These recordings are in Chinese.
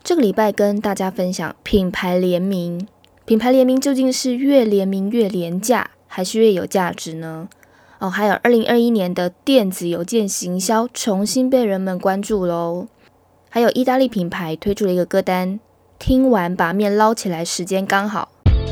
这个礼拜跟大家分享品牌联名。品牌联名究竟是越联名越廉价，还是越有价值呢？还有2021年的电子邮件行销重新被人们关注咯。还有意大利品牌推出了一个歌单，听完把面捞起来时间刚好。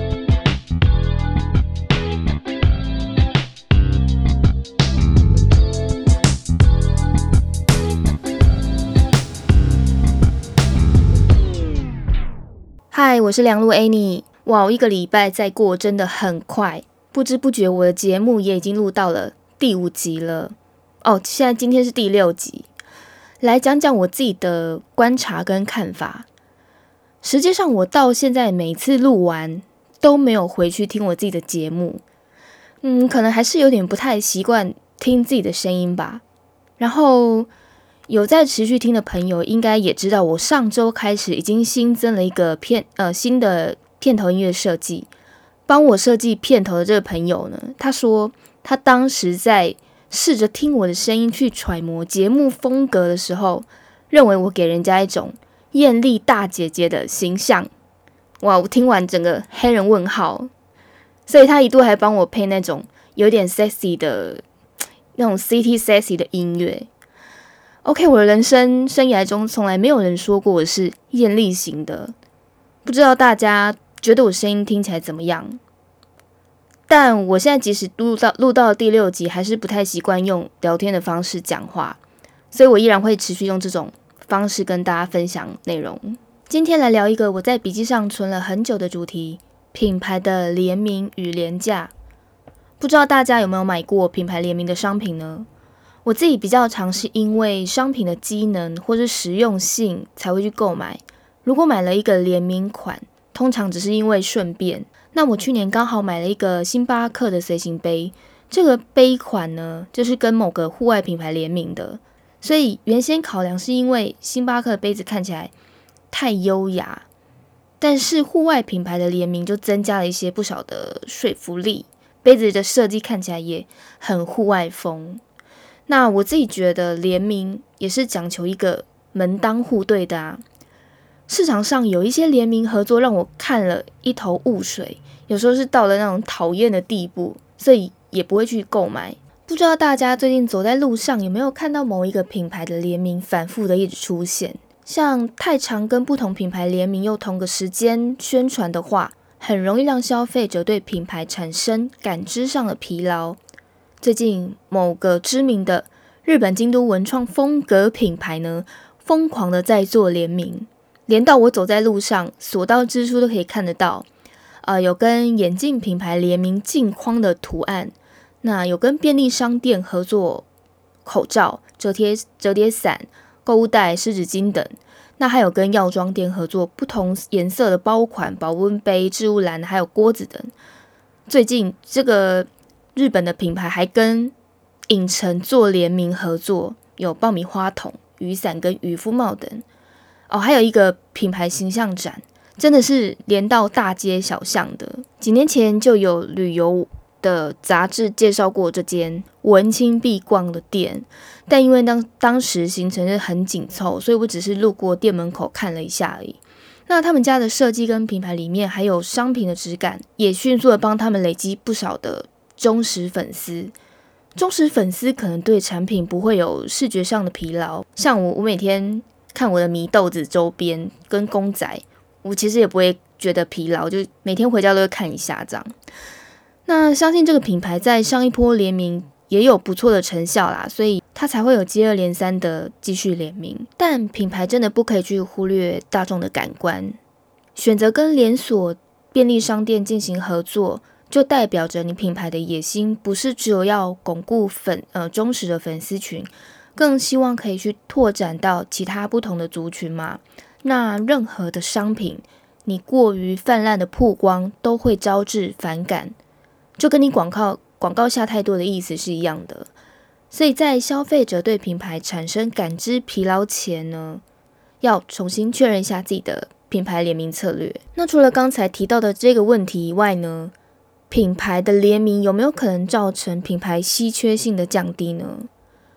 嗨，我是梁路 Annie。哇，一个礼拜再过真的很快，不知不觉我的节目也已经录到了第5集了。现在今天是第6集，来讲讲我自己的观察跟看法。实际上我到现在每次录完都没有回去听我自己的节目，可能还是有点不太习惯听自己的声音吧。然后有在持续听的朋友应该也知道，我上周开始已经新增了一个新的片头音乐设计。帮我设计片头的这个朋友呢，他说他当时在试着听我的声音去揣摩节目风格的时候，认为我给人家一种艳丽大姐姐的形象。哇，我听完整个黑人问号。所以他一度还帮我配那种有点 sexy 的那种 city sexy 的音乐。OK， 我的人生生涯中从来没有人说过我是艳丽型的，不知道大家觉得我声音听起来怎么样？但我现在即使录到第6集，还是不太习惯用聊天的方式讲话，所以我依然会持续用这种方式跟大家分享内容。今天来聊一个我在笔记上存了很久的主题：品牌的联名与廉价。不知道大家有没有买过品牌联名的商品呢？我自己比较常是因为商品的机能或是实用性才会去购买。如果买了一个联名款，通常只是因为顺便。那我去年刚好买了一个星巴克的随行杯，这个杯款呢，就是跟某个户外品牌联名的，所以原先考量是因为星巴克的杯子看起来太优雅，但是户外品牌的联名就增加了一些不少的说服力，杯子的设计看起来也很户外风。那我自己觉得联名也是讲求一个门当户对的啊。市场上有一些联名合作让我看了一头雾水，有时候是到了那种讨厌的地步，所以也不会去购买。不知道大家最近走在路上有没有看到某一个品牌的联名反复的一直出现？像太常跟不同品牌联名又同个时间宣传的话，很容易让消费者对品牌产生感知上的疲劳。最近某个知名的日本京都文创风格品牌呢，疯狂的在做联名，连到我走在路上所到之处都可以看得到。有跟眼镜品牌联名镜框的图案，那有跟便利商店合作口罩、折叠伞、购物袋、湿纸巾等。那还有跟药妆店合作不同颜色的包款、保温杯、置物篮，还有锅子等。最近这个日本的品牌还跟影城做联名合作，有爆米花桶、雨伞跟渔夫帽等。还有一个品牌形象展，真的是连到大街小巷的。几年前就有旅游的杂志介绍过这间文青必逛的店，但因为当时行程是很紧凑，所以我只是路过店门口看了一下而已。那他们家的设计跟品牌里面还有商品的质感，也迅速的帮他们累积不少的忠实粉丝。忠实粉丝可能对产品不会有视觉上的疲劳，像我每天看我的祢豆子周边跟公仔，我其实也不会觉得疲劳，就每天回家都会看一下这样。那相信这个品牌在上一波联名也有不错的成效啦，所以它才会有接二连三的继续联名。但品牌真的不可以去忽略大众的感官，选择跟连锁便利商店进行合作，就代表着你品牌的野心不是只有要巩固忠实的粉丝群，更希望可以去拓展到其他不同的族群嘛。那任何的商品，你过于泛滥的曝光都会招致反感，就跟你广告下太多的意思是一样的。所以在消费者对品牌产生感知疲劳前呢，要重新确认一下自己的品牌联名策略。那除了刚才提到的这个问题以外呢，品牌的联名有没有可能造成品牌稀缺性的降低呢？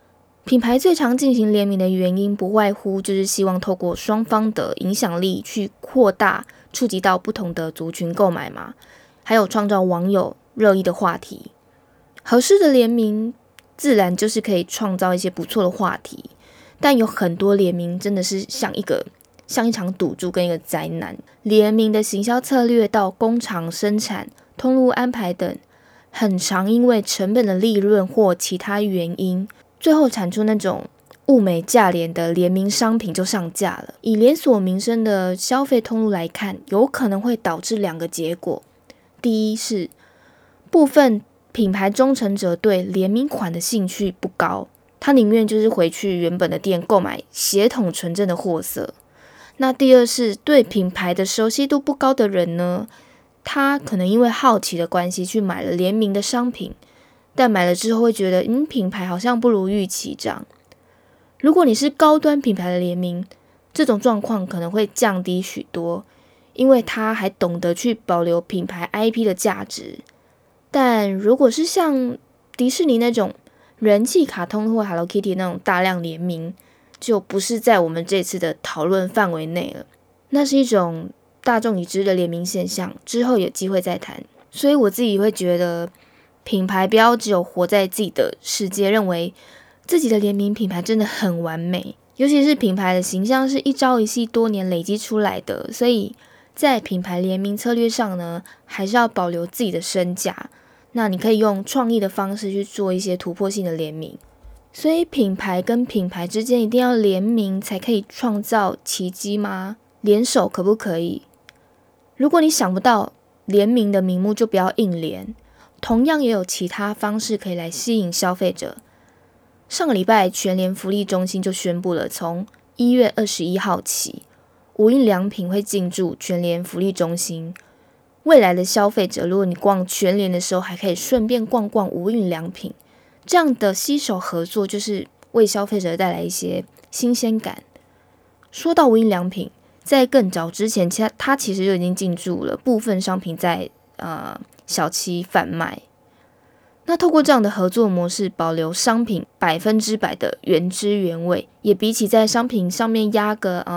品牌最常进行联名的原因，不外乎就是希望透过双方的影响力去扩大、触及到不同的族群购买嘛，还有创造网友热议的话题。合适的联名自然就是可以创造一些不错的话题，但有很多联名真的是像一场赌注跟一个灾难。联名的行销策略到工厂生产、通路安排等，很常因为成本的利润或其他原因，最后产出那种物美价廉的联名商品就上架了。以连锁民生的消费通路来看，有可能会导致2个结果。第一是部分品牌忠诚者对联名款的兴趣不高，他宁愿就是回去原本的店购买血统纯正的货色。那第二是对品牌的熟悉度不高的人呢，他可能因为好奇的关系去买了联名的商品，但买了之后会觉得品牌好像不如预期这样。如果你是高端品牌的联名，这种状况可能会降低许多，因为他还懂得去保留品牌 IP 的价值。但如果是像迪士尼那种人气卡通或 Hello Kitty 那种大量联名，就不是在我们这次的讨论范围内了。那是一种大众已知的联名现象，之后有机会再谈。所以我自己会觉得，品牌不要只有活在自己的世界，认为自己的联名品牌真的很完美。尤其是品牌的形象是一朝一夕多年累积出来的，所以在品牌联名策略上呢，还是要保留自己的身价。那你可以用创意的方式去做一些突破性的联名。所以品牌跟品牌之间一定要联名才可以创造奇迹吗？联手可不可以？如果你想不到联名的名目，就不要硬联。同样也有其他方式可以来吸引消费者。上个礼拜全联福利中心就宣布了，从1月21号起，无印良品会进驻全联福利中心。未来的消费者，如果你逛全联的时候，还可以顺便逛逛无印良品。这样的携手合作，就是为消费者带来一些新鲜感。说到无印良品，在更早之前，它其实就已经进驻了部分商品在小七贩卖。那透过这样的合作模式，保留商品100%的原汁原味，也比起在商品上面压个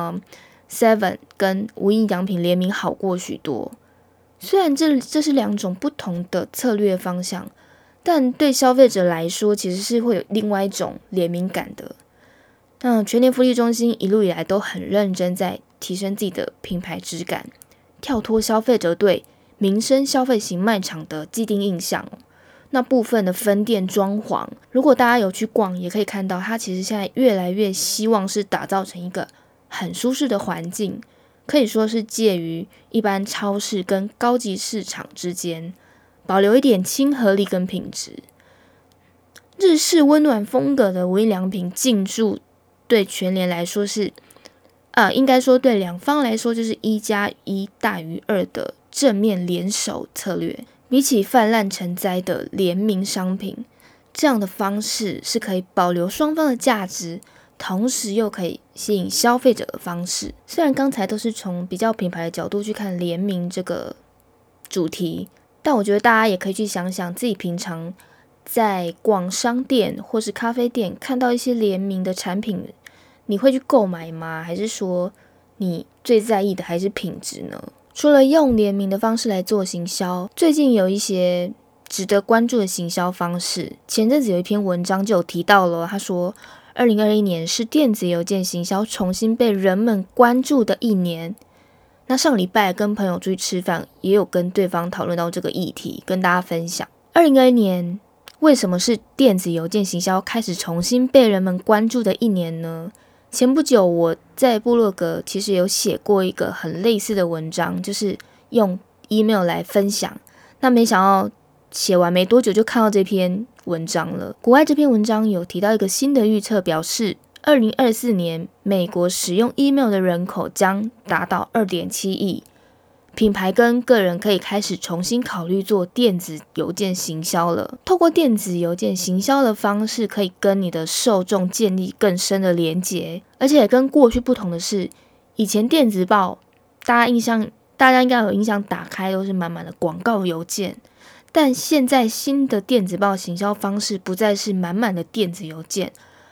7跟无印良品联名好过许多。虽然这是2种不同的策略方向，但对消费者来说，其实是会有另外一种联名感的。那全联福利中心一路以来都很认真在提升自己的品牌质感，跳脱消费者对民生消费型卖场的既定印象。那部分的分店装潢，如果大家有去逛，也可以看到它其实现在越来越希望是打造成一个很舒适的环境，可以说是介于一般超市跟高级市场之间，保留一点亲和力跟品质。日式温暖风格的无印良品进驻，对全联来说是应该说对两方来说就是1+1大于2的正面联手策略。比起泛滥成灾的联名商品，这样的方式是可以保留双方的价值，同时又可以吸引消费者的方式。虽然刚才都是从比较品牌的角度去看联名这个主题，但我觉得大家也可以去想想自己平常在逛商店或是咖啡店看到一些联名的产品，你会去购买吗？还是说你最在意的还是品质呢？除了用联名的方式来做行销，最近有一些值得关注的行销方式。前阵子有一篇文章就有提到了，他说2021年是电子邮件行销重新被人们关注的一年。那上礼拜跟朋友出去吃饭，也有跟对方讨论到这个议题，跟大家分享2021年为什么是电子邮件行销开始重新被人们关注的一年呢？前不久我在部落格其实有写过一个很类似的文章，就是用 email 来分享。那没想到写完没多久就看到这篇文章了。国外这篇文章有提到一个新的预测，表示2024年美国使用 email 的人口将达到2.7亿。品牌跟个人可以开始重新考虑做电子邮件行销了。透过电子邮件行销的方式，可以跟你的受众建立更深的连结。而且跟过去不同的是，以前电子报大家应该有印象，打开都是满满的广告邮件，但现在新的电子报行销方式不再是满满的电子邮件，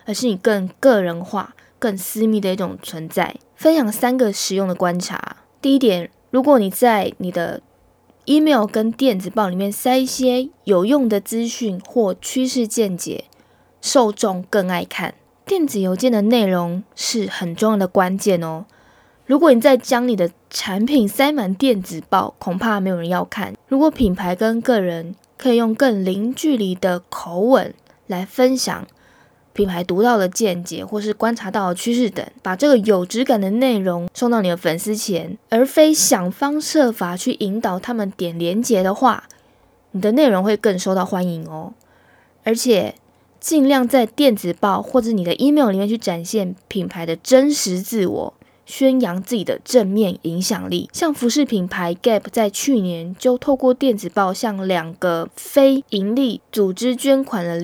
而是你更个人化、更私密的一种存在。分享3个实用的观察。第一点，如果你在你的 email 跟电子报里面塞一些有用的资讯或趋势见解，受众更爱看。电子邮件的内容是很重要的关键哦。如果你再将你的产品塞满电子报，恐怕没有人要看。如果品牌跟个人可以用更零距离的口吻来分享品牌独到的见解或是观察到的趋势等，把这个有质感的内容送到你的粉丝前，而非想方设法去引导他们点连结的话，你的内容会更受到欢迎哦。而且尽量在电子报或者你的 email 里面去展现品牌的真实自我，宣扬自己的正面影响力。像服饰品牌 Gap 在去年就透过电子报向2个非营利组织捐款了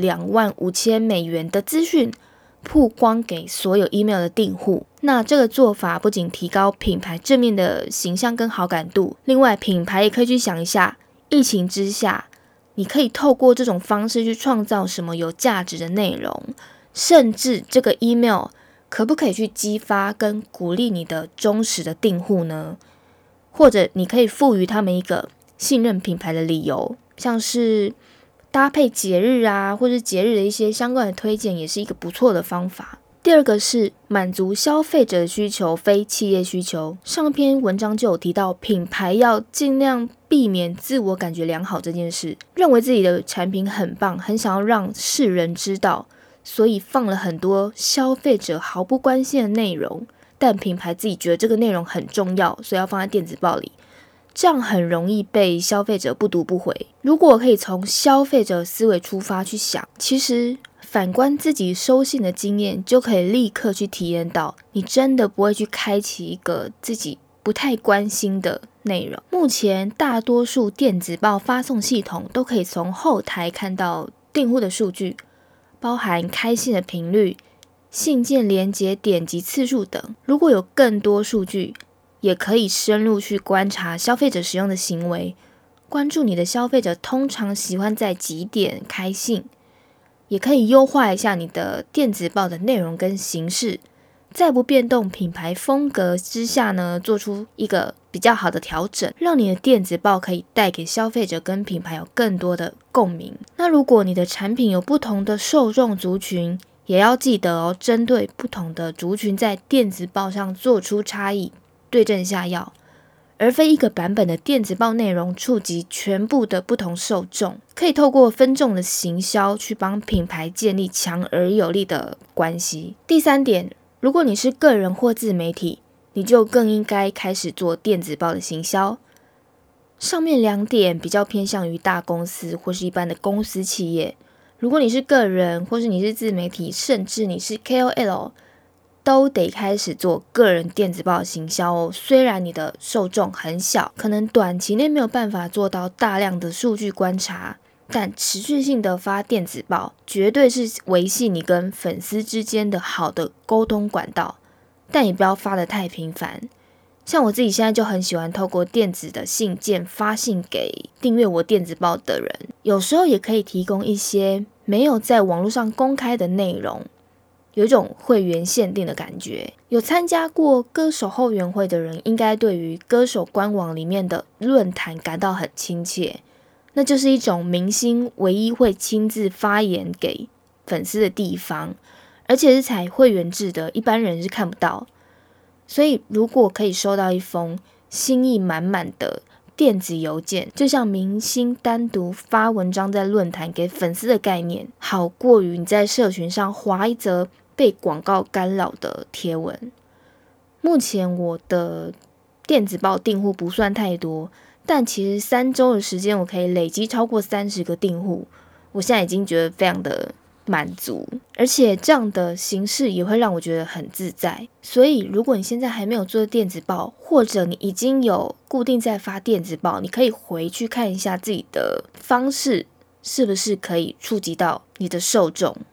$25,000的资讯，曝光给所有 email 的订户。那这个做法不仅提高品牌正面的形象跟好感度，另外品牌也可以去想一下，疫情之下你可以透过这种方式去创造什么有价值的内容，甚至这个 email可不可以去激发跟鼓励你的忠实的订户呢？或者你可以赋予他们一个信任品牌的理由，像是搭配节日啊，或是节日的一些相关的推荐，也是一个不错的方法。第二个是满足消费者的需求，非企业需求。上篇文章就有提到，品牌要尽量避免自我感觉良好这件事，认为自己的产品很棒，很想要让世人知道，所以放了很多消费者毫不关心的内容，但品牌自己觉得这个内容很重要，所以要放在电子报里，这样很容易被消费者不读不回。如果可以从消费者思维出发去想，其实反观自己收信的经验，就可以立刻去体验到，你真的不会去开启一个自己不太关心的内容。目前大多数电子报发送系统都可以从后台看到订户的数据，包含开信的频率、信件连结点击次数等。如果有更多数据，也可以深入去观察消费者使用的行为，关注你的消费者通常喜欢在几点开信，也可以优化一下你的电子报的内容跟形式，在不变动品牌风格之下呢，做出一个比较好的调整，让你的电子报可以带给消费者跟品牌有更多的共鸣。那如果你的产品有不同的受众族群，也要记得哦，针对不同的族群在电子报上做出差异，对症下药，而非一个版本的电子报内容触及全部的不同受众。可以透过分众的行销去帮品牌建立强而有力的关系。第3点，如果你是个人或自媒体，你就更应该开始做电子报的行销。上面2点比较偏向于大公司或是一般的公司企业。如果你是个人，或是你是自媒体，甚至你是 KOL，都得开始做个人电子报的行销哦。虽然你的受众很小，可能短期内没有办法做到大量的数据观察，但持续性的发电子报，绝对是维系你跟粉丝之间的好的沟通管道。但也不要发得太频繁。像我自己现在就很喜欢透过电子的信件发信给订阅我电子报的人，有时候也可以提供一些没有在网络上公开的内容，有一种会员限定的感觉。有参加过歌手后援会的人，应该对于歌手官网里面的论坛感到很亲切，那就是一种明星唯一会亲自发言给粉丝的地方，而且是采会员制的，一般人是看不到。所以如果可以收到一封心意满满的电子邮件，就像明星单独发文章在论坛给粉丝的概念，好过于你在社群上滑一则被广告干扰的贴文。目前我的电子报订户不算太多，但其实3周的时间我可以累积超过30个订户，我现在已经觉得非常的满足，而且这样的形式也会让我觉得很自在。所以如果你现在还没有做电子报，或者你已经有固定在发电子报，你可以回去看一下自己的方式是不是可以触及到你的受众，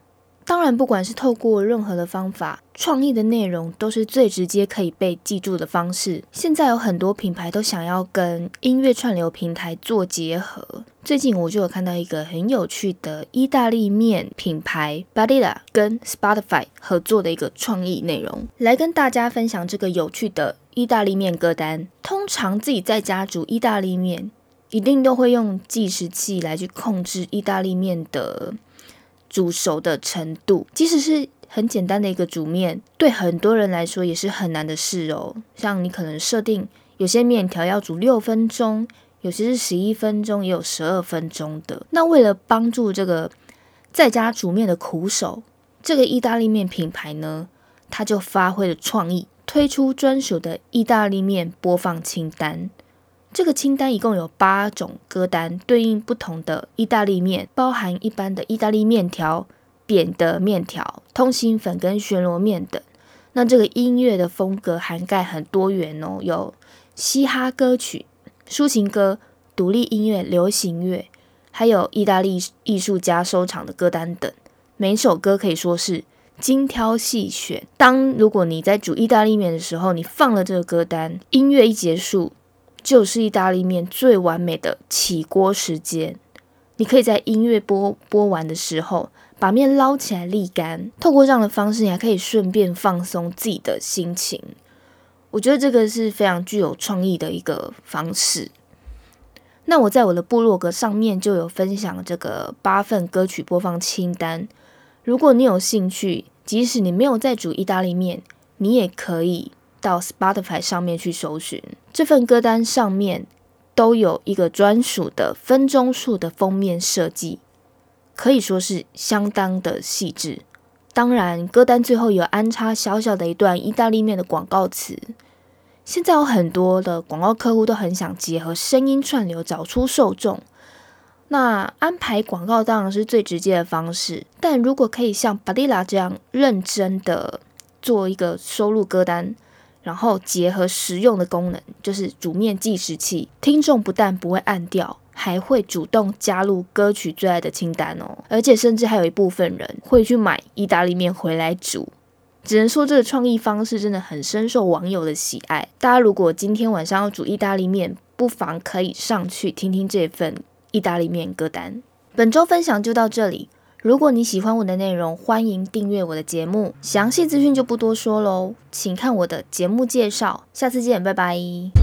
当然，不管是透过任何的方法，创意的内容都是最直接可以被记住的方式。现在有很多品牌都想要跟音乐串流平台做结合。最近我就有看到一个很有趣的意大利面品牌 Barilla 跟 Spotify 合作的一个创意内容，来跟大家分享这个有趣的意大利面歌单。通常自己在家煮意大利面，一定都会用计时器来去控制意大利面的煮熟的程度，即使是很简单的一个煮面，对很多人来说也是很难的事哦。像你可能设定有些面条要煮6分钟，有些是11分钟，也有12分钟的。那为了帮助这个在家煮面的苦手，这个意大利面品牌呢，它就发挥了创意，推出专属的意大利面播放清单。这个清单一共有8种歌单，对应不同的意大利面，包含一般的意大利面条、扁的面条、通心粉跟旋螺面等。那这个音乐的风格涵盖很多元哦，有嘻哈歌曲、抒情歌、独立音乐、流行乐，还有意大利艺术家收藏的歌单等。每首歌可以说是精挑细选。如果你在煮意大利面的时候，你放了这个歌单，音乐一结束，就是意大利面最完美的起锅时间。你可以在音乐播完的时候，把面捞起来沥干。透过这样的方式，你还可以顺便放松自己的心情。我觉得这个是非常具有创意的一个方式。那我在我的部落格上面就有分享这个8份歌曲播放清单。如果你有兴趣，即使你没有在煮意大利面，你也可以到 Spotify 上面去搜寻。这份歌单上面都有一个专属的分钟数的封面设计，可以说是相当的细致。当然，歌单最后有安插小小的一段意大利面的广告词。现在有很多的广告客户都很想结合声音串流找出受众，那安排广告当然是最直接的方式，但如果可以像 Barilla 这样认真的做一个收录歌单，然后结合实用的功能，就是煮面计时器，听众不但不会按掉，还会主动加入歌曲最爱的清单哦。而且甚至还有一部分人会去买意大利面回来煮。只能说这个创意方式真的很深受网友的喜爱。大家如果今天晚上要煮意大利面，不妨可以上去听听这份意大利面歌单。本周分享就到这里。如果你喜欢我的内容，欢迎订阅我的节目。详细资讯就不多说咯，请看我的节目介绍。下次见，拜拜。